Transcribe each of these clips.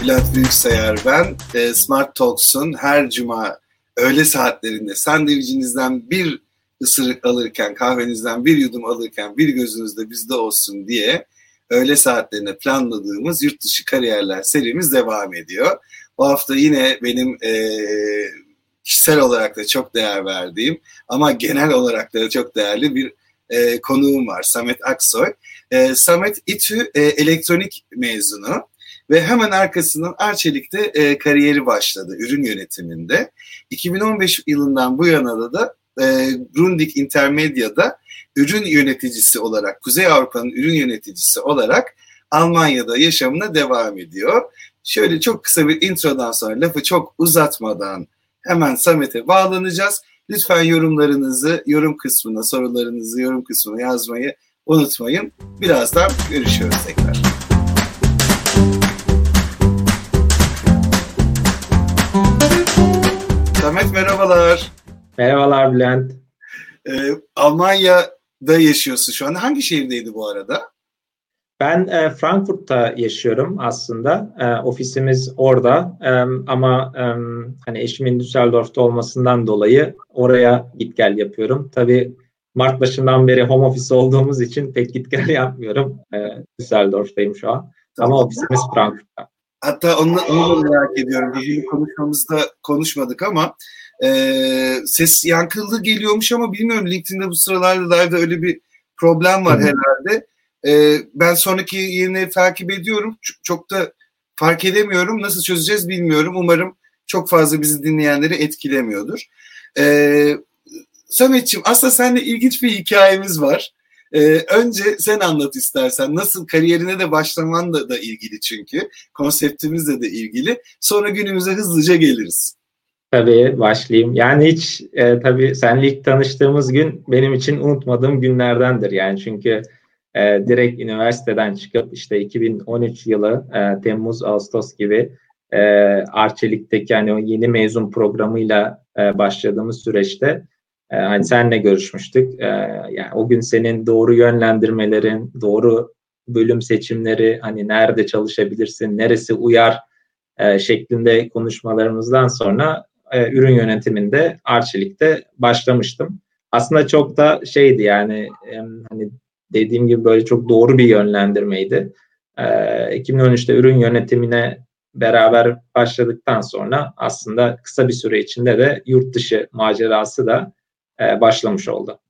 Bülent Büyüksayar ben. Smart Talks'un her cuma öğle saatlerinde sandviçinizden bir ısırık alırken, kahvenizden bir yudum alırken bir gözünüzde bizde olsun diye öğle saatlerine planladığımız yurt dışı kariyerler serimiz devam ediyor. Bu hafta yine benim kişisel olarak da çok değer verdiğim ama genel olarak da çok değerli bir konuğum var, Samet Aksoy. Samet İTÜ elektronik mezunu ve hemen arkasından Arçelik'te kariyeri başladı ürün yönetiminde. 2015 yılından bu yana da Grundig Intermedia'da ürün yöneticisi olarak, Kuzey Avrupa'nın ürün yöneticisi olarak Almanya'da yaşamına devam ediyor. Şöyle çok kısa bir introdan sonra lafı çok uzatmadan hemen Samet'e bağlanacağız. Lütfen yorumlarınızı sorularınızı yorum kısmına yazmayı unutmayın. Birazdan görüşüyoruz tekrar. Samet merhabalar. Merhabalar Bülent. Almanya'da yaşıyorsun şu anda. Hangi şehirdeydi bu arada? Ben Frankfurt'ta yaşıyorum aslında. Ofisimiz orada ama hani eşimin Düsseldorf'ta olmasından dolayı oraya git gel yapıyorum. Tabii Mart başından beri home office olduğumuz için pek git gel yapmıyorum. Düsseldorf'tayım şu an. Tamam. Ama ofisimiz Frankfurt'ta. Hatta onu da merak ediyorum. Bir konuşmamızda konuşmadık ama ses yankılı geliyormuş ama bilmiyorum. LinkedIn'de bu sıralarda öyle bir problem var herhalde. Ben sonraki yayınları takip ediyorum. Çok da fark edemiyorum. Nasıl çözeceğiz bilmiyorum. Umarım çok fazla bizi dinleyenleri etkilemiyordur. Sametciğim, aslında seninle ilginç bir hikayemiz var. Önce sen anlat istersen. Nasıl kariyerine de başlaman da ilgili çünkü. Konseptimizle de ilgili. Sonra günümüze hızlıca geliriz. Tabii başlayayım. Yani hiç tabii seninle ilk tanıştığımız gün benim için unutmadığım günlerdendir. Yani çünkü direkt üniversiteden çıkıp işte 2013 yılı Temmuz-Ağustos gibi Arçelik'teki hani o yeni mezun programıyla başladığımız süreçte hani seninle görüşmüştük. Yani o gün senin doğru yönlendirmelerin, doğru bölüm seçimleri, hani nerede çalışabilirsin, neresi uyar şeklinde konuşmalarımızdan sonra ürün yönetiminde Arçelik'te başlamıştım. Aslında çok da şeydi yani hani dediğim gibi böyle çok doğru bir yönlendirmeydi. 2013'te ürün yönetimine beraber başladıktan sonra aslında kısa bir süre içinde de yurt dışı macerası da başlamış oldu.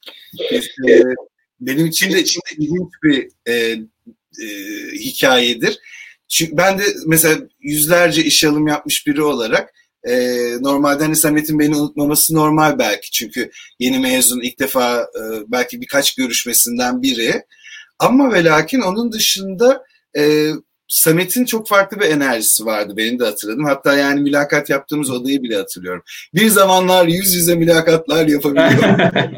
Benim için de ilginç bir hikayedir. Çünkü ben de mesela yüzlerce iş alım yapmış biri olarak normalde hani Samet'in beni unutmaması normal belki. Çünkü yeni mezun ilk defa belki birkaç görüşmesinden biri. Ama ve lakin onun dışında Samet'in çok farklı bir enerjisi vardı. Benim de hatırladım. Hatta yani mülakat yaptığımız odayı bile hatırlıyorum. Bir zamanlar yüz yüze mülakatlar yapabiliyorum.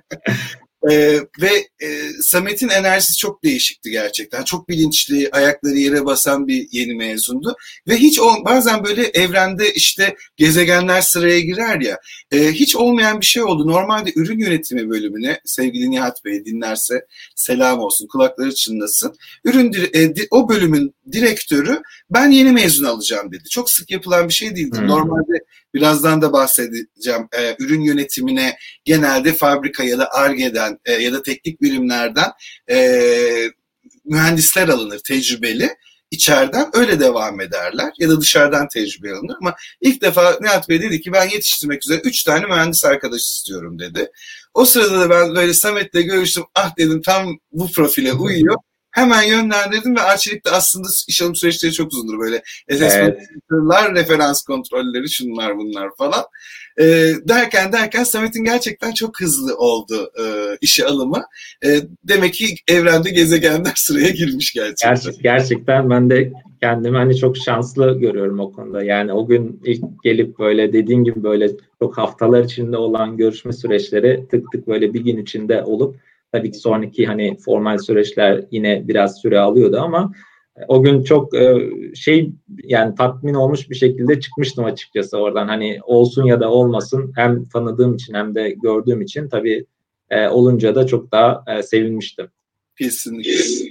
Ve Samet'in enerjisi çok değişikti gerçekten. Çok bilinçli, ayakları yere basan bir yeni mezundu. Ve hiç bazen böyle evrende işte gezegenler sıraya girer ya, hiç olmayan bir şey oldu. Normalde ürün yönetimi bölümüne, sevgili Nihat Bey dinlerse selam olsun, kulakları çınlasın. O bölümün direktörü ben yeni mezun alacağım dedi. Çok sık yapılan bir şey değildi. Normalde birazdan da bahsedeceğim. Ürün yönetimine genelde fabrika ya da Ar-Ge'den ya da teknik birimlerden mühendisler alınır, tecrübeli. İçeriden öyle devam ederler ya da dışarıdan tecrübe alınır. Ama ilk defa Nihat Bey dedi ki ben yetiştirmek üzere 3 tane mühendis arkadaş istiyorum dedi. O sırada da ben böyle Samet'le görüştüm. Ah dedim tam bu profile uyuyor. Hemen yönlendirdim ve Arçelik'te aslında iş alım süreçleri çok uzundur böyle. Assessment'lar, referans kontrolleri, şunlar bunlar falan. Derken Samet'in gerçekten çok hızlı oldu işe alımı. Demek ki evrende gezegenler sıraya girmiş gerçekten. Gerçekten ben de kendimi hani çok şanslı görüyorum o konuda. Yani o gün ilk gelip böyle dediğin gibi böyle çok haftalar içinde olan görüşme süreçleri tık tık böyle bir gün içinde olup tabii ki sonraki hani formal süreçler yine biraz süre alıyordu ama o gün çok yani tatmin olmuş bir şekilde çıkmıştım açıkçası oradan. Hani olsun ya da olmasın hem tanıdığım için hem de gördüğüm için tabii olunca da çok daha sevinmiştim. Kesinlikle.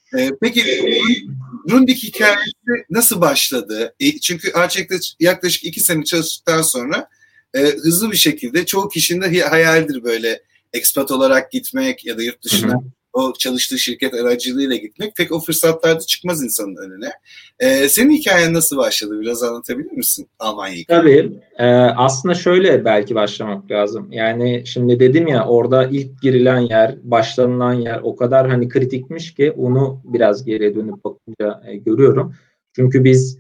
Peki Grundig hikayesi nasıl başladı? Çünkü Arçelik'te yaklaşık 2 sene çalıştıktan sonra hızlı bir şekilde çoğu kişinin de hayaldir böyle expat olarak gitmek ya da yurt dışına o çalıştığı şirket aracılığıyla gitmek. Pek o fırsatlar da çıkmaz insanın önüne. Senin hikayen nasıl başladı? Biraz anlatabilir misin Almanya'yı? Tabii. Aslında şöyle belki başlamak lazım. Yani şimdi dedim ya, orada ilk girilen yer, başlanılan yer o kadar hani kritikmiş ki onu biraz geriye dönüp bakınca görüyorum. Çünkü biz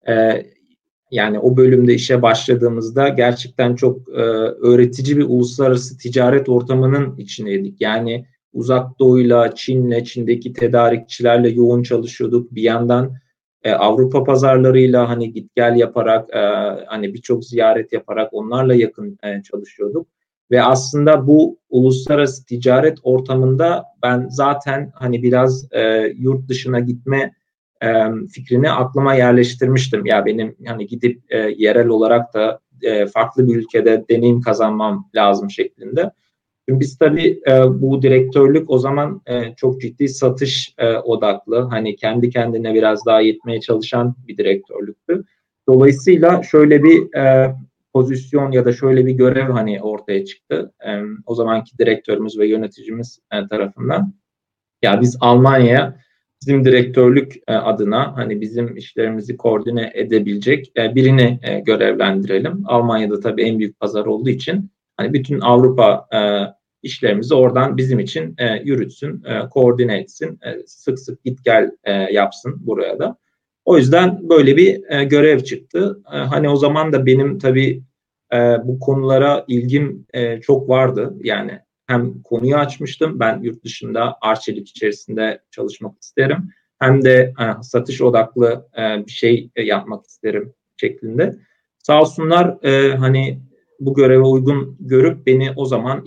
yani o bölümde işe başladığımızda gerçekten çok öğretici bir uluslararası ticaret ortamının içindeydik. Yani Uzak Doğu'yla, Çin'le, Çin'deki tedarikçilerle yoğun çalışıyorduk. Bir yandan Avrupa pazarlarıyla hani git gel yaparak, hani birçok ziyaret yaparak onlarla yakın çalışıyorduk. Ve aslında bu uluslararası ticaret ortamında ben zaten hani biraz yurt dışına gitme fikrini aklıma yerleştirmiştim. Ya benim hani gidip yerel olarak da farklı bir ülkede deneyim kazanmam lazım şeklinde. Şimdi biz tabii bu direktörlük o zaman çok ciddi satış odaklı, hani kendi kendine biraz daha yetmeye çalışan bir direktörlüktü. Dolayısıyla şöyle bir pozisyon ya da şöyle bir görev hani ortaya çıktı. O zamanki direktörümüz ve yöneticimiz tarafından. Ya biz Almanya'ya bizim direktörlük adına hani bizim işlerimizi koordine edebilecek birini görevlendirelim. Almanya'da tabii en büyük pazar olduğu için hani bütün Avrupa işlerimizi oradan bizim için yürütsün, koordine etsin, sık sık git gel yapsın buraya da. O yüzden böyle bir görev çıktı. Hani o zaman da benim tabii bu konulara ilgim çok vardı. Yani hem konuyu açmıştım, ben yurt dışında arçelik içerisinde çalışmak isterim. Hem de satış odaklı bir şey yapmak isterim şeklinde. Sağ olsunlar hani bu göreve uygun görüp beni o zaman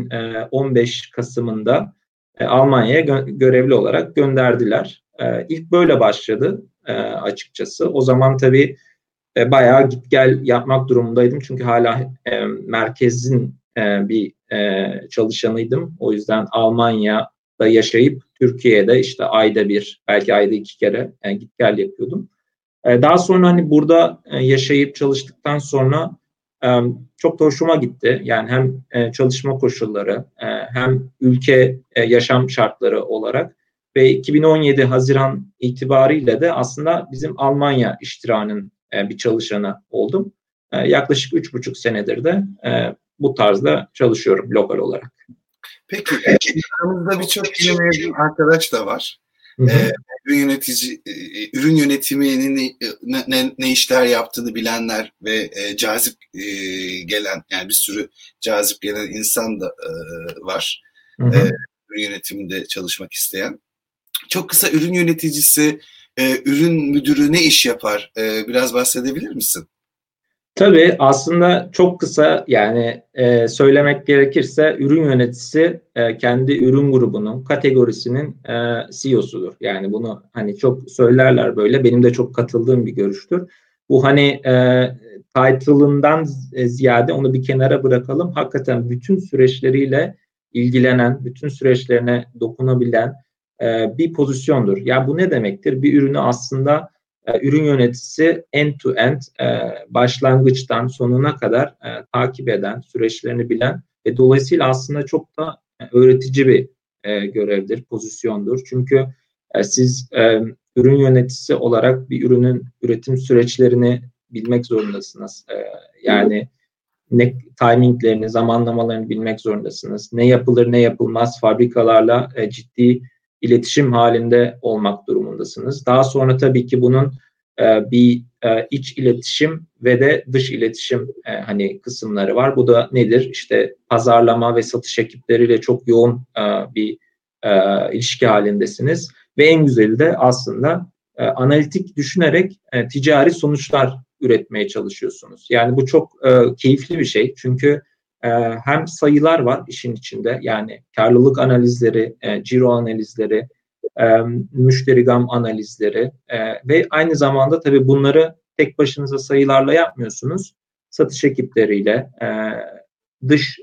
2015 Kasım'ında Almanya'ya görevli olarak gönderdiler. İlk böyle başladı açıkçası. O zaman tabii bayağı git gel yapmak durumundaydım. Çünkü hala merkezin bir çalışanıydım. O yüzden Almanya'da yaşayıp Türkiye'de işte ayda bir, belki ayda 2 kere git gel yapıyordum. Daha sonra hani burada yaşayıp çalıştıktan sonra çok da hoşuma gitti. Yani hem çalışma koşulları hem ülke yaşam şartları olarak ve 2017 Haziran itibariyle de aslında bizim Almanya iştiranın bir çalışanı oldum. Yaklaşık 3,5 senedir de bu tarzda çalışıyorum lokal olarak. Peki, aramızda birçok yeni mezun arkadaş da var. Ürün yönetiminin ne işler yaptığını bilenler ve cazip gelen, yani bir sürü cazip gelen insan da var. Ürün yönetiminde çalışmak isteyen. Çok kısa, ürün yöneticisi, ürün müdürü ne iş yapar? Biraz bahsedebilir misin? Tabii aslında çok kısa, yani söylemek gerekirse ürün yöneticisi kendi ürün grubunun, kategorisinin CEO'sudur. Yani bunu hani çok söylerler böyle. Benim de çok katıldığım bir görüştür. Bu hani title'ından ziyade onu bir kenara bırakalım. Hakikaten bütün süreçleriyle ilgilenen, bütün süreçlerine dokunabilen bir pozisyondur. Ya bu ne demektir? Bir ürünü aslında ürün yöneticisi end to end, başlangıçtan sonuna kadar takip eden, süreçlerini bilen ve dolayısıyla aslında çok da öğretici bir görevdir, pozisyondur. Çünkü siz ürün yöneticisi olarak bir ürünün üretim süreçlerini bilmek zorundasınız. Yani ne timinglerini, zamanlamalarını bilmek zorundasınız. Ne yapılır, ne yapılmaz, fabrikalarla ciddi iletişim halinde olmak durumundasınız. Daha sonra tabii ki bunun bir iç iletişim ve de dış iletişim hani kısımları var. Bu da nedir? İşte pazarlama ve satış ekipleriyle çok yoğun bir ilişki halindesiniz. Ve en güzeli de aslında analitik düşünerek ticari sonuçlar üretmeye çalışıyorsunuz. Yani bu çok keyifli bir şey. Çünkü hem sayılar var işin içinde. Yani karlılık analizleri, ciro analizleri, müşteri gam analizleri ve aynı zamanda tabii bunları tek başınıza sayılarla yapmıyorsunuz. Satış ekipleriyle, dış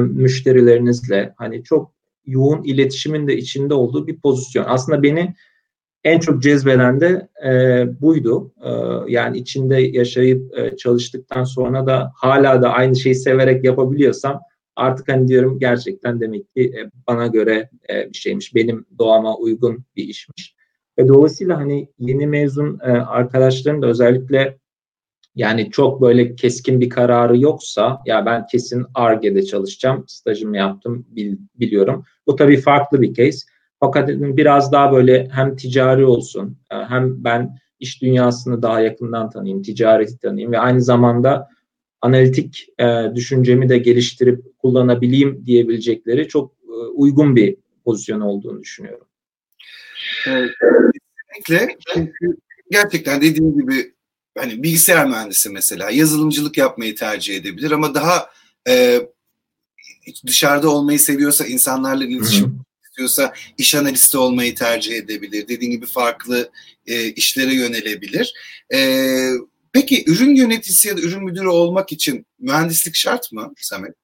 müşterilerinizle hani çok yoğun iletişimin de içinde olduğu bir pozisyon. Aslında beni en çok cezbeden de buydu. Yani içinde yaşayıp çalıştıktan sonra da hala da aynı şeyi severek yapabiliyorsam artık hani diyorum gerçekten demek ki bana göre bir şeymiş. Benim doğama uygun bir işmiş. Ve dolayısıyla hani yeni mezun arkadaşların da özellikle yani çok böyle keskin bir kararı yoksa ya ben kesin Ar-Ge'de çalışacağım, stajımı yaptım biliyorum. Bu tabii farklı bir case. Fakat biraz daha böyle hem ticari olsun hem ben iş dünyasını daha yakından tanıyayım, ticareti tanıyayım ve aynı zamanda analitik düşüncemi de geliştirip kullanabileyim diyebilecekleri çok uygun bir pozisyon olduğunu düşünüyorum. Evet, kesinlikle. Çünkü gerçekten dediğim gibi hani bilgisayar mühendisi mesela yazılımcılık yapmayı tercih edebilir ama daha dışarıda olmayı seviyorsa, insanlarla iletişim istiyorsa iş analisti olmayı tercih edebilir. Dediğim gibi farklı işlere yönelebilir. Peki ürün yöneticisi ya da ürün müdürü olmak için mühendislik şart mı Samet?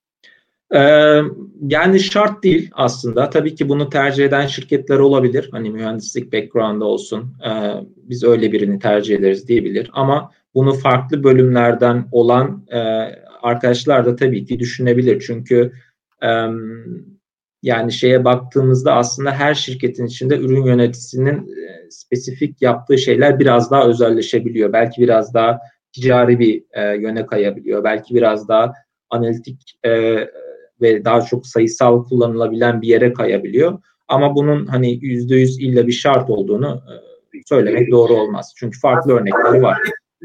Yani şart değil aslında. Tabii ki bunu tercih eden şirketler olabilir. Hani mühendislik background'da olsun. Biz öyle birini tercih ederiz diyebilir. Ama bunu farklı bölümlerden olan arkadaşlar da tabii ki düşünebilir. Çünkü yani şeye baktığımızda aslında her şirketin içinde ürün yöneticisinin spesifik yaptığı şeyler biraz daha özelleşebiliyor. Belki biraz daha ticari bir yöne kayabiliyor. Belki biraz daha analitik ve daha çok sayısal kullanılabilen bir yere kayabiliyor. Ama bunun hani %100 illa bir şart olduğunu söylemek doğru olmaz. Çünkü farklı örnekleri var.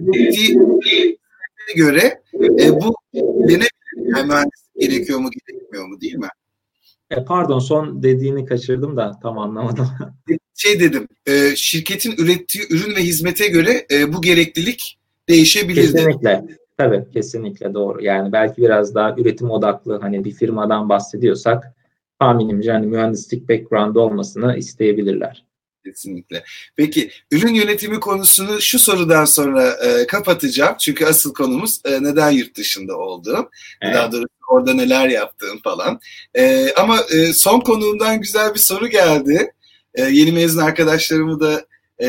Göre bu yani mühendislik gerekiyor mu gerekmiyor mu değil mi? Pardon son dediğini kaçırdım da tam anlamadım. Dedim şirketin ürettiği ürün ve hizmete göre bu gereklilik değişebilir. Kesinlikle. Tabii kesinlikle doğru. Yani belki biraz daha üretim odaklı hani bir firmadan bahsediyorsak tahminimce hani mühendislik background olmasını isteyebilirler. Kesinlikle. Peki ürün yönetimi konusunu şu sorudan sonra kapatacağım. Çünkü asıl konumuz neden yurt dışında olduğum. Evet. Daha doğrusu orada neler yaptığım falan. Ama son konuğumdan güzel bir soru geldi. Yeni mezun arkadaşlarımı da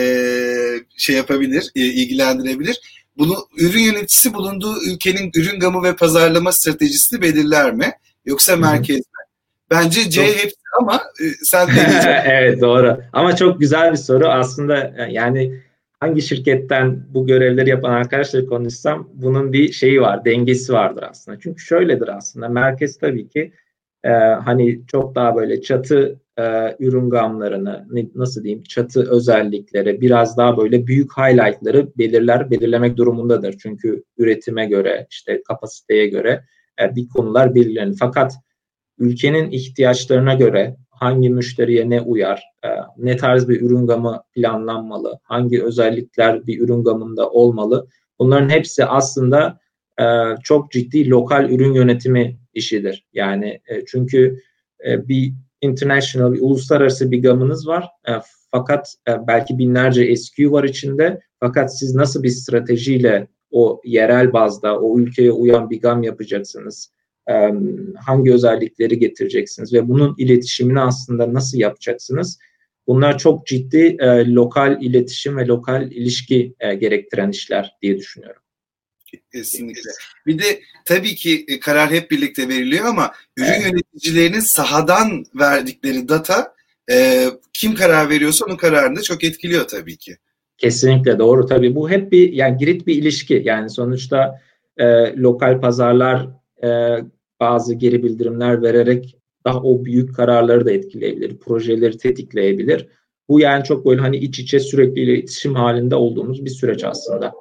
şey yapabilir, ilgilendirebilir. Bunu ürün yöneticisi bulunduğu ülkenin ürün gamı ve pazarlama stratejisini belirler mi? Yoksa merkez mi? Bence C hepsi ama sen deneyeceksin. Evet doğru. Ama çok güzel bir soru. Aslında yani hangi şirketten bu görevleri yapan arkadaşlarla konuşsam bunun bir şeyi var, dengesi vardır aslında. Çünkü şöyledir aslında. Merkez tabii ki hani çok daha böyle çatı ürün gamlarını nasıl diyeyim çatı özellikleri biraz daha böyle büyük highlightları belirlemek durumundadır. Çünkü üretime göre işte kapasiteye göre bir konular belirlenir. Fakat ülkenin ihtiyaçlarına göre hangi müşteriye ne uyar, ne tarz bir ürün gamı planlanmalı, hangi özellikler bir ürün gamında olmalı. Bunların hepsi aslında çok ciddi lokal ürün yönetimi işidir. Yani çünkü bir international, bir uluslararası bir gamınız var. Fakat belki binlerce SKU var içinde. Fakat siz nasıl bir stratejiyle o yerel bazda, o ülkeye uyan bir gam yapacaksınız? Hangi özellikleri getireceksiniz ve bunun iletişimini aslında nasıl yapacaksınız? Bunlar çok ciddi lokal iletişim ve lokal ilişki gerektiren işler diye düşünüyorum. Kesinlikle. Bir de tabii ki karar hep birlikte veriliyor ama ürün yöneticilerinin sahadan verdikleri data kim karar veriyorsa onun kararını da çok etkiliyor tabii ki. Kesinlikle doğru. Tabii bu hep bir yani girit bir ilişki. Yani sonuçta lokal pazarlar bazı geri bildirimler vererek daha o büyük kararları da etkileyebilir, projeleri tetikleyebilir. Bu yani çok böyle hani iç içe sürekli iletişim halinde olduğumuz bir süreç aslında.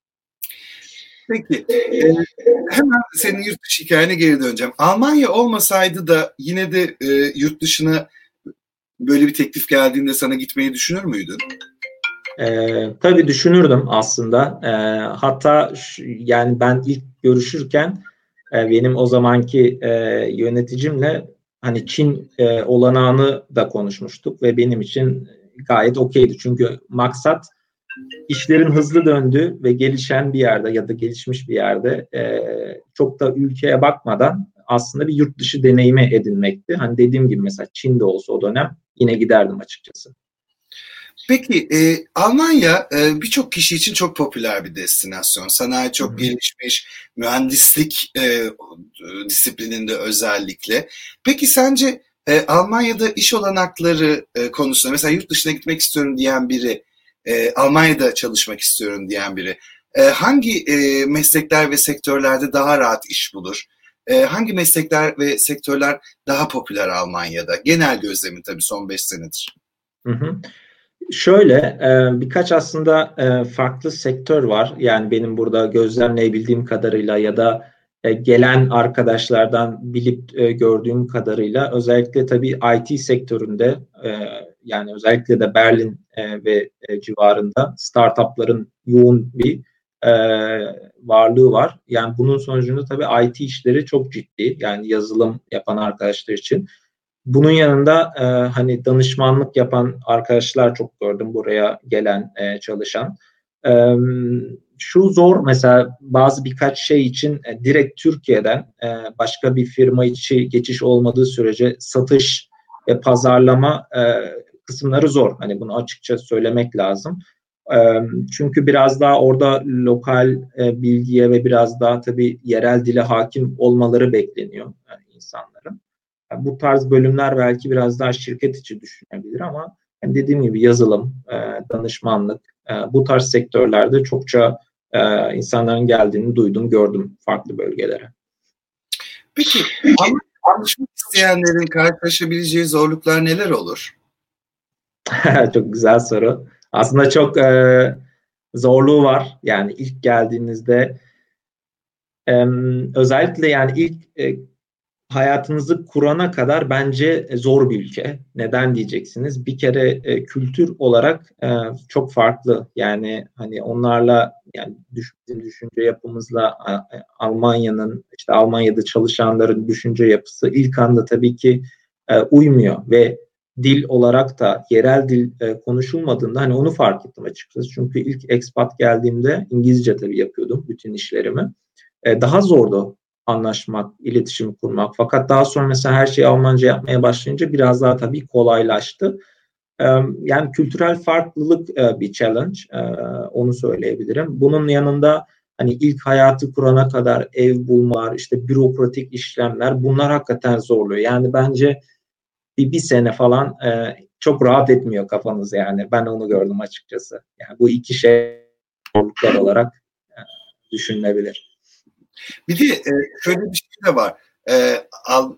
Peki. Hemen senin yurt dışı hikayene geri döneceğim. Almanya olmasaydı da yine de yurt dışına böyle bir teklif geldiğinde sana gitmeyi düşünür müydün? Tabii düşünürdüm aslında. Hatta yani ben ilk görüşürken benim o zamanki yöneticimle hani Çin olanağını da konuşmuştuk ve benim için gayet okeydi. Çünkü maksat işlerin hızlı döndüğü ve gelişen bir yerde ya da gelişmiş bir yerde çok da ülkeye bakmadan aslında bir yurt dışı deneyimi edinmekti. Hani dediğim gibi mesela Çin'de olsa o dönem yine giderdim açıkçası. Peki Almanya birçok kişi için çok popüler bir destinasyon. Sanayi Hı çok hı. gelişmiş, mühendislik disiplininde özellikle. Peki sence Almanya'da iş olanakları konusunda mesela yurt dışına gitmek istiyorum diyen biri, Almanya'da çalışmak istiyorum diyen biri, hangi meslekler ve sektörlerde daha rahat iş bulur? Hangi meslekler ve sektörler daha popüler Almanya'da? Genel gözlemin tabii son 5 senedir. Hı hı. Şöyle birkaç aslında farklı sektör var. Yani benim burada gözlemleyebildiğim kadarıyla ya da gelen arkadaşlardan bilip gördüğüm kadarıyla özellikle tabii IT sektöründe yani özellikle de Berlin ve civarında startupların yoğun bir e, varlığı var. Yani bunun sonucunda tabii IT işleri çok ciddi. Yani yazılım yapan arkadaşlar için. Bunun yanında hani danışmanlık yapan arkadaşlar çok gördüm buraya gelen çalışan. E, Şu zor mesela birkaç şey için direkt Türkiye'den başka bir firma içi geçiş olmadığı sürece satış ve pazarlama kısımları zor. Hani bunu açıkça söylemek lazım. E, Çünkü biraz daha orada lokal bilgiye ve biraz daha tabii yerel dile hakim olmaları bekleniyor yani insanların. Yani bu tarz bölümler belki biraz daha şirket içi düşünebilir ama yani dediğim gibi yazılım, danışmanlık, bu tarz sektörlerde çokça insanların geldiğini duydum, gördüm farklı bölgelere. Peki anlaşmak isteyenlerin karşılaşabileceği zorluklar neler olur? Çok güzel soru. Aslında çok zorluğu var. Yani ilk geldiğinizde özellikle yani ilk hayatınızı kurana kadar bence zor bir ülke. Neden diyeceksiniz? Bir kere kültür olarak çok farklı. Yani hani onlarla yani bizim düşünce yapımızla Almanya'nın işte Almanya'da çalışanların düşünce yapısı ilk anda tabii ki uymuyor ve dil olarak da yerel dil konuşulmadığında hani onu fark ettim açıkçası. Çünkü ilk expat geldiğimde İngilizce tabii yapıyordum bütün işlerimi. Daha zordu anlaşmak, iletişim kurmak. Fakat daha sonra mesela her şeyi Almanca yapmaya başlayınca biraz daha tabii kolaylaştı. Yani kültürel farklılık bir challenge, onu söyleyebilirim. Bunun yanında hani ilk hayatı kurana kadar ev bulmalar, işte bürokratik işlemler bunlar hakikaten zorluyor. Yani bence bir sene falan çok rahat etmiyor kafanız yani. Ben onu gördüm açıkçası. Yani bu iki şey zorluklar olarak e, düşünülebilir. Bir de şöyle bir şey de var. E, Al,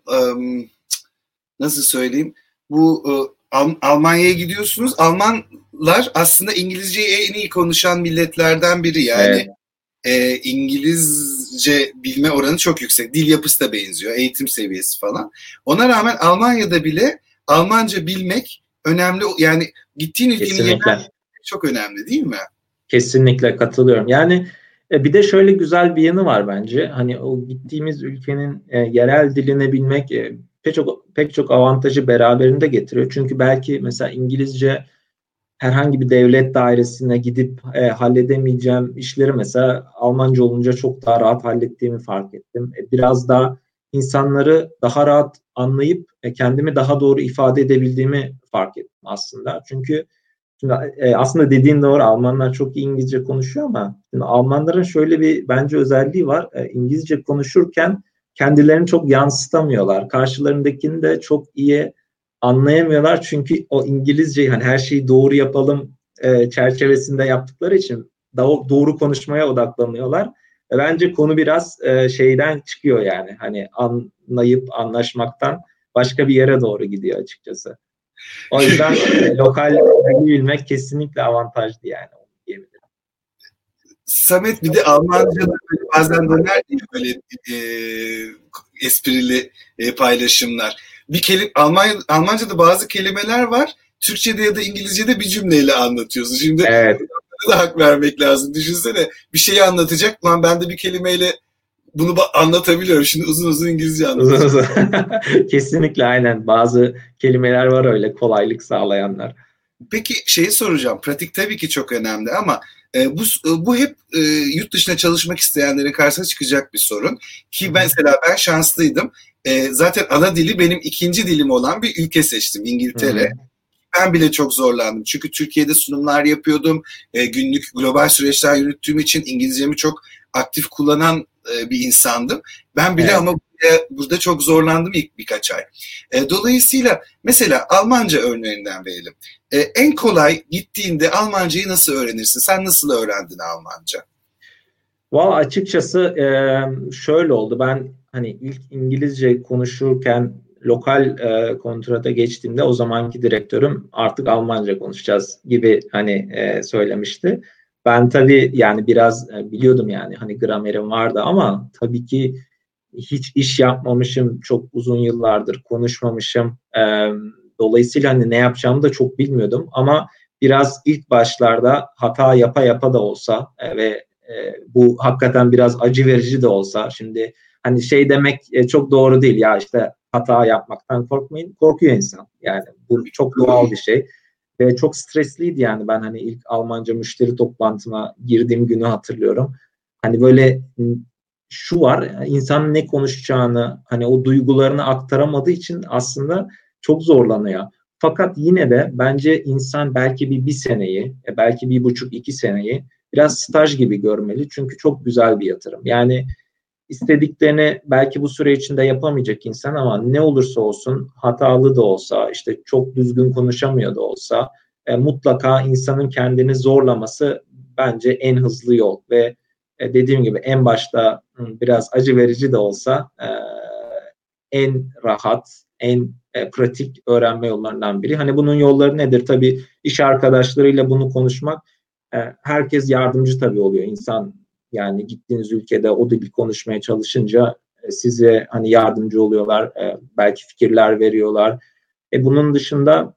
nasıl söyleyeyim? Bu Almanya'ya gidiyorsunuz. Almanlar aslında İngilizceyi en iyi konuşan milletlerden biri. Yani Evet. İngilizce bilme oranı çok yüksek. Dil yapısı da benziyor. Eğitim seviyesi falan. Ona rağmen Almanya'da bile Almanca bilmek önemli. Yani gittiğin ülkenin yerel Kesinlikle. çok önemli değil mi? Kesinlikle katılıyorum. Yani bir de şöyle güzel bir yanı var bence. Hani o gittiğimiz ülkenin yerel dilini bilmek pek çok avantajı beraberinde getiriyor. Çünkü belki mesela İngilizce herhangi bir devlet dairesine gidip halledemeyeceğim işleri mesela Almanca olunca çok daha rahat hallettiğimi fark ettim. Biraz daha insanları daha rahat anlayıp kendimi daha doğru ifade edebildiğimi fark ettim aslında. Çünkü şimdi aslında dediğin doğru, Almanlar çok iyi İngilizce konuşuyor ama şimdi Almanların şöyle bir bence özelliği var. İngilizce konuşurken kendilerini çok yansıtamıyorlar. Karşılarındakini de çok iyi anlayamıyorlar çünkü o İngilizceyi hani her şeyi doğru yapalım çerçevesinde yaptıkları için doğru konuşmaya odaklanıyorlar. Bence konu biraz şeyden çıkıyor yani hani anlayıp anlaşmaktan başka bir yere doğru gidiyor açıkçası. O yüzden lokal dili bilmek kesinlikle avantajlı yani diyebilirim. Samet bir de Almanca'da bazen döner diye böyle esprili paylaşımlar. Almanca'da bazı kelimeler var. Türkçe'de ya da İngilizce'de bir cümleyle anlatıyorsun. Şimdi Evet. da hak vermek lazım. Düşünsene bir şeyi anlatacak. Lan ben de bir kelimeyle bunu anlatabiliyorum. Şimdi uzun uzun İngilizce Uzun anlatacağım. uzun. Kesinlikle aynen. Bazı kelimeler var öyle kolaylık sağlayanlar. Peki şeyi soracağım. Pratik tabii ki çok önemli ama bu hep yurt dışına çalışmak isteyenlerin karşısına çıkacak bir sorun. Hı Ki hı. mesela ben şanslıydım. Zaten ana dili benim ikinci dilim olan bir ülke seçtim, Hı hı. İngiltere. Ben bile çok zorlandım. Çünkü Türkiye'de sunumlar yapıyordum. Günlük global süreçler yürüttüğüm için İngilizcemi çok aktif kullanan bir insandım. Ben bile ama burada çok zorlandım ilk birkaç ay. Dolayısıyla mesela Almanca örneğinden verelim. En kolay gittiğinde Almancayı nasıl öğrenirsin? Sen nasıl öğrendin Almanca? Valla açıkçası şöyle oldu. Ben hani ilk İngilizce konuşurken lokal kontrata geçtiğimde o zamanki direktörüm artık Almanca konuşacağız gibi hani söylemişti. Ben tabii yani biraz biliyordum yani hani gramerim vardı ama tabii ki hiç iş yapmamışım. Çok uzun yıllardır konuşmamışım. Dolayısıyla hani ne yapacağımı da çok bilmiyordum ama biraz ilk başlarda hata yapa yapa da olsa ve bu hakikaten biraz acı verici de olsa şimdi hani şey demek çok doğru değil ya işte hata yapmaktan korkmayın. Korkuyor insan. Yani bu çok doğal bir şey. Ve çok stresliydi yani ben hani ilk Almanca müşteri toplantıma girdiğim günü hatırlıyorum. Hani böyle şu var insanın ne konuşacağını hani o duygularını aktaramadığı için aslında çok zorlanıyor. Fakat yine de bence insan belki bir seneyi, belki 1,5-2 seneyi biraz staj gibi görmeli. Çünkü çok güzel bir yatırım. Yani istediklerini belki bu süre içinde yapamayacak insan ama ne olursa olsun hatalı da olsa işte çok düzgün konuşamıyor da olsa mutlaka insanın kendini zorlaması bence en hızlı yol ve dediğim gibi en başta biraz acı verici de olsa en rahat, en pratik öğrenme yollarından biri. Hani bunun yolları nedir? Tabii iş arkadaşlarıyla bunu konuşmak. Herkes yardımcı tabii oluyor. İnsan yani gittiğiniz ülkede o dili konuşmaya çalışınca size hani yardımcı oluyorlar. Belki fikirler veriyorlar. Bunun dışında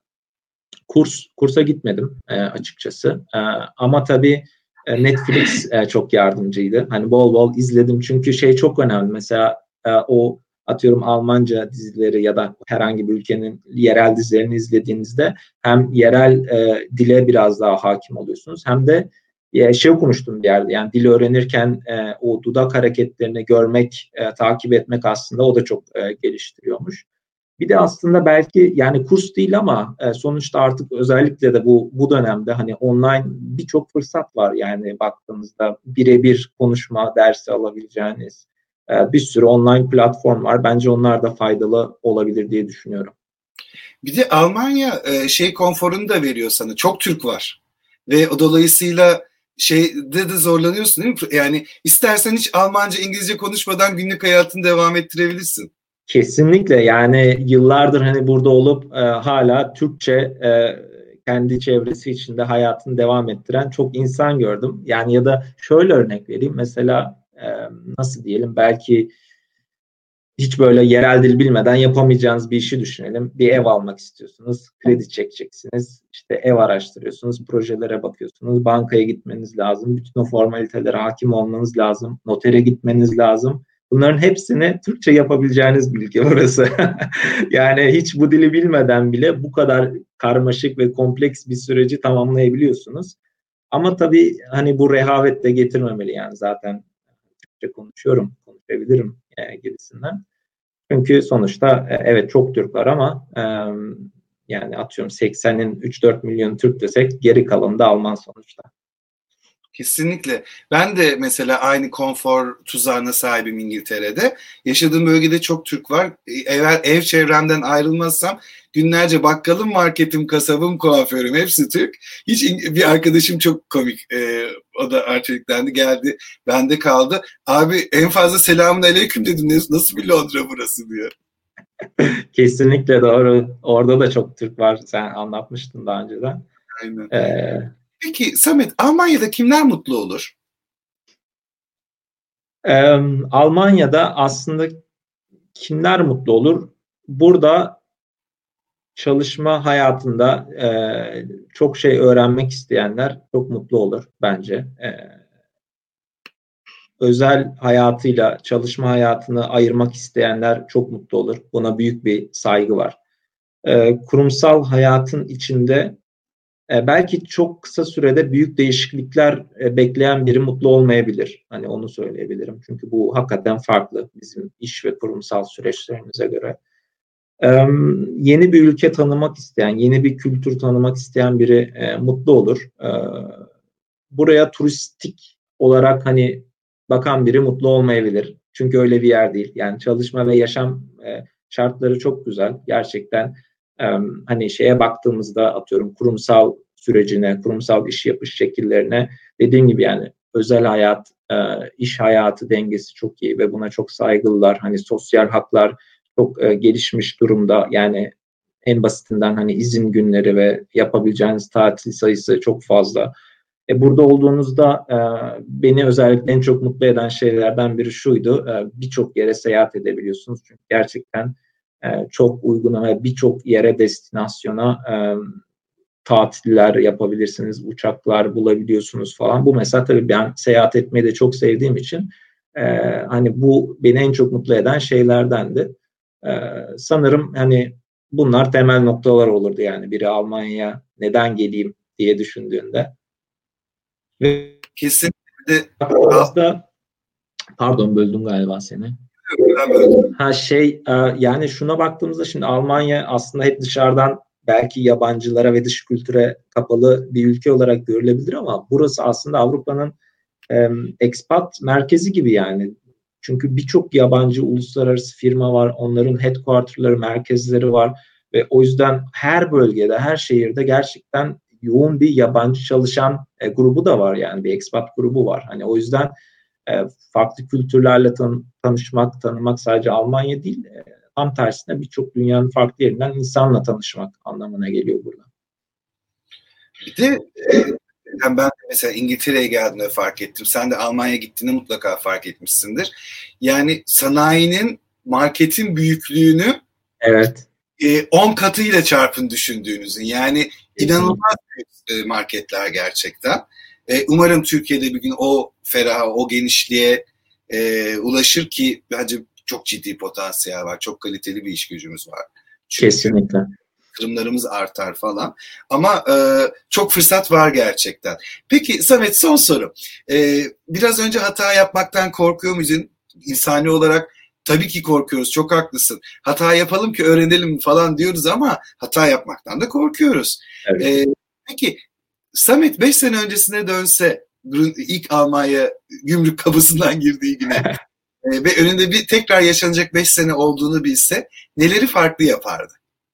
kursa gitmedim açıkçası. Ama tabii Netflix çok yardımcıydı. Hani bol bol izledim çünkü şey çok önemli. Mesela o atıyorum Almanca dizileri ya da herhangi bir ülkenin yerel dizilerini izlediğinizde hem yerel dile biraz daha hakim oluyorsunuz hem de şey okumuştum bir yerde yani dili öğrenirken o dudak hareketlerini görmek, takip etmek aslında o da çok geliştiriyormuş. Bir de aslında belki yani kurs değil ama sonuçta artık özellikle de bu dönemde hani online birçok fırsat var yani baktığınızda birebir konuşma dersi alabileceğiniz bir sürü online platform var. Bence onlar da faydalı olabilir diye düşünüyorum. Bir de Almanya şey konforunu da veriyor sana. Çok Türk var. Ve o dolayısıyla şeyde de zorlanıyorsun değil mi? Yani istersen hiç Almanca, İngilizce konuşmadan günlük hayatını devam ettirebilirsin. Kesinlikle yani yıllardır hani burada olup hala Türkçe kendi çevresi içinde hayatını devam ettiren çok insan gördüm. Yani ya da şöyle örnek vereyim mesela nasıl diyelim belki hiç böyle yerel dil bilmeden yapamayacağınız bir işi düşünelim. Bir ev almak istiyorsunuz, kredi çekeceksiniz, işte ev araştırıyorsunuz, projelere bakıyorsunuz, bankaya gitmeniz lazım, bütün o formalitelere hakim olmanız lazım, notere gitmeniz lazım. Bunların hepsini Türkçe yapabileceğiniz bir ülke orası. Yani hiç bu dili bilmeden bile bu kadar karmaşık ve kompleks bir süreci tamamlayabiliyorsunuz. Ama tabii hani bu rehavet de getirmemeli yani zaten Türkçe konuşabilirim gibisinden. Çünkü sonuçta evet çok Türk var ama yani atıyorum 80'in 3-4 milyon Türk desek geri kalanı da Alman sonuçta. Kesinlikle. Ben de mesela aynı konfor tuzağına sahibim İngiltere'de. Yaşadığım bölgede çok Türk var. Eğer ev çevremden ayrılmazsam günlerce bakkalım, marketim, kasabım, kuaförüm hepsi Türk. Hiç bir arkadaşım çok komik. O da Arçelik'tendi geldi. Bende kaldı. Abi en fazla selamun aleyküm dedim. Nasıl bir Londra burası diyor. Kesinlikle doğru. Orada da çok Türk var. Sen anlatmıştın daha önceden. Aynen. Peki Samet, Almanya'da kimler mutlu olur? Almanya'da aslında kimler mutlu olur? Burada çalışma hayatında çok şey öğrenmek isteyenler çok mutlu olur bence. Özel hayatıyla çalışma hayatını ayırmak isteyenler çok mutlu olur. Buna büyük bir saygı var. Kurumsal hayatın içinde belki çok kısa sürede büyük değişiklikler bekleyen biri mutlu olmayabilir. Hani onu söyleyebilirim. Çünkü bu hakikaten farklı bizim iş ve kurumsal süreçlerimize göre. Yeni bir ülke tanımak isteyen, yeni bir kültür tanımak isteyen biri mutlu olur. Buraya turistik olarak hani bakan biri mutlu olmayabilir. Çünkü öyle bir yer değil. Yani çalışma ve yaşam şartları çok güzel. Gerçekten hani şeye baktığımızda atıyorum kurumsal sürecine, kurumsal iş yapış şekillerine dediğim gibi yani özel hayat, iş hayatı dengesi çok iyi ve buna çok saygılılar. Hani sosyal haklar çok gelişmiş durumda. Yani en basitinden hani izin günleri ve yapabileceğiniz tatil sayısı çok fazla. Burada olduğunuzda beni özellikle en çok mutlu eden şeylerden biri şuydu. Birçok yere seyahat edebiliyorsunuz. Çünkü gerçekten çok uygun ve birçok yere, destinasyona tatiller yapabilirsiniz. Uçaklar bulabiliyorsunuz falan. Bu mesela tabii ben seyahat etmeyi de çok sevdiğim için hani bu beni en çok mutlu eden şeylerdendi. Sanırım hani bunlar temel noktalar olurdu yani biri Almanya'ya neden geleyim diye düşündüğünde. Ve Kesinlikle. aslında pardon böldüm galiba seni. Yani şuna baktığımızda şimdi Almanya aslında hep dışarıdan belki yabancılara ve dış kültüre kapalı bir ülke olarak görülebilir ama burası aslında Avrupa'nın expat merkezi gibi yani. Çünkü birçok yabancı uluslararası firma var. Onların headquarter'ları, merkezleri var ve o yüzden her bölgede, her şehirde gerçekten yoğun bir yabancı çalışan grubu da var yani bir expat grubu var. Hani o yüzden farklı kültürlerle tanışmak, tanımak sadece Almanya değil, tam tersine birçok dünyanın farklı yerinden insanla tanışmak anlamına geliyor burada. Bir de yani ben mesela İngiltere'ye geldiğimde fark ettim. Sen de Almanya'ya gittiğinde mutlaka fark etmişsindir. Yani sanayinin, marketin büyüklüğünü evet 10 katıyla çarpın düşündüğünüzün. Yani inanılmaz büyük marketler gerçekten. Umarım Türkiye'de bir gün o feraha, o genişliğe ulaşır ki bence çok ciddi potansiyel var. Çok kaliteli bir iş gücümüz var. Çünkü kesinlikle. yatırımlarımız artar falan. Ama çok fırsat var gerçekten. Peki Samet son soru. Biraz önce hata yapmaktan korkuyor muydun? İnsani olarak tabii ki korkuyoruz. Çok haklısın. Hata yapalım ki öğrenelim falan diyoruz ama hata yapmaktan da korkuyoruz. Evet. Peki Samet 5 sene öncesine dönse ilk Almanya gümrük kapısından girdiği güne ve önünde bir tekrar yaşanacak 5 sene olduğunu bilse neleri farklı yapardı?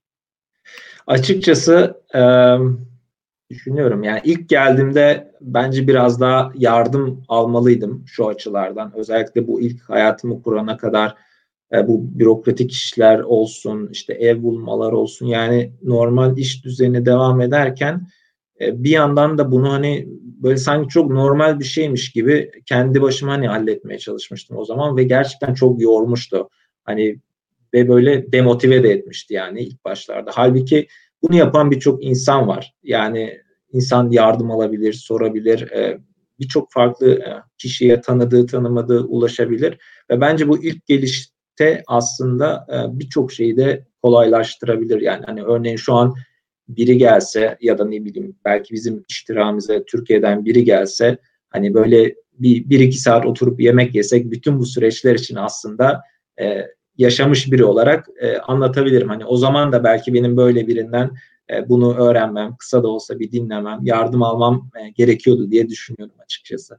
Açıkçası düşünüyorum yani ilk geldiğimde bence biraz daha yardım almalıydım şu açılardan. Özellikle bu ilk hayatımı kurana kadar bu bürokratik işler olsun, işte ev bulmalar olsun yani normal iş düzeni devam ederken bir yandan da bunu hani böyle sanki çok normal bir şeymiş gibi kendi başıma hani halletmeye çalışmıştım o zaman ve gerçekten çok yormuştu. Hani ve böyle demotive de etmişti yani ilk başlarda. Halbuki bunu yapan birçok insan var. Yani insan yardım alabilir, sorabilir. Birçok farklı kişiye tanıdığı, tanımadığı ulaşabilir. Ve bence bu ilk gelişte aslında birçok şeyi de kolaylaştırabilir. Yani hani örneğin şu an biri gelse ya da ne bileyim belki bizim iştiramize Türkiye'den biri gelse hani böyle bir iki saat oturup yemek yesek bütün bu süreçler için aslında yaşamış biri olarak anlatabilirim. Hani o zaman da belki benim böyle birinden bunu öğrenmem, kısa da olsa bir dinlemem, yardım almam gerekiyordu diye düşünüyorum açıkçası.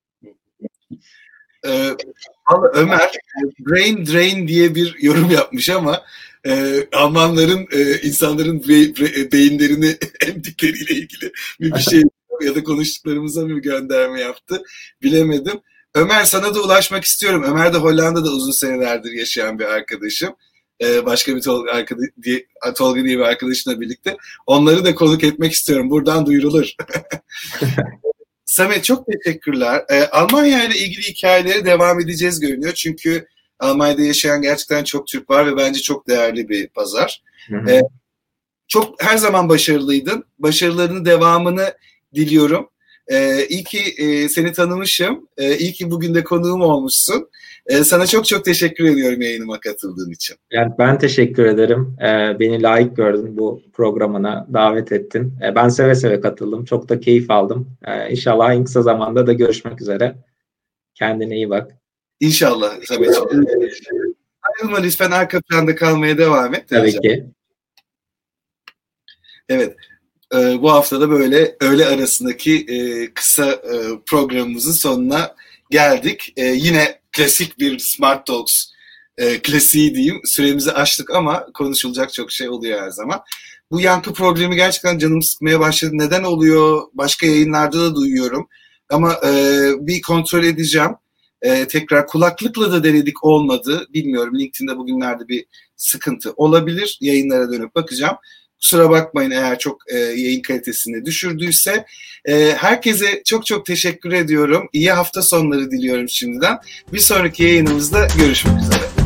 Ömer brain drain diye bir yorum yapmış ama Almanların insanların beyinlerini emdikleriyle ilgili bir şey ya da konuştuklarımıza bir gönderme yaptı. Bilemedim. Ömer sana da ulaşmak istiyorum. Ömer de Hollanda'da uzun senelerdir yaşayan bir arkadaşım. Başka bir Tolga diye bir arkadaşımla birlikte. Onları da konuk etmek istiyorum. Buradan duyurulur. Samet çok teşekkürler. Almanya ile ilgili hikayeleri devam edeceğiz görünüyor. Çünkü Almanya'da yaşayan gerçekten çok Türk var ve bence çok değerli bir pazar. Çok her zaman başarılıydın. Başarılarının devamını diliyorum. İyi ki seni tanımışım. İyi ki bugün de konuğum olmuşsun. Sana çok çok teşekkür ediyorum yayınıma katıldığın için. Yani ben teşekkür ederim. Beni layık gördün bu programına davet ettin. Ben seve seve katıldım. Çok da keyif aldım. İnşallah en kısa zamanda da görüşmek üzere. Kendine iyi bak. İnşallah Samet'ciğim. Ayrılma lütfen, arka planda kalmaya devam et. Tabii ki. Evet. Bu hafta da böyle öğle arasındaki kısa programımızın sonuna geldik. Yine klasik bir Smart Talks klasiği diyeyim. Süremizi aştık ama konuşulacak çok şey oluyor her zaman. Bu yankı problemi gerçekten canımı sıkmaya başladı. Neden oluyor? Başka yayınlarda da duyuyorum. Ama bir kontrol edeceğim. Tekrar kulaklıkla da denedik, olmadı. Bilmiyorum, LinkedIn'de bugünlerde bir sıkıntı olabilir. Yayınlara dönüp bakacağım. Kusura bakmayın eğer çok yayın kalitesini düşürdüyse. Herkese çok çok teşekkür ediyorum. İyi hafta sonları diliyorum şimdiden. Bir sonraki yayınımızda görüşmek üzere.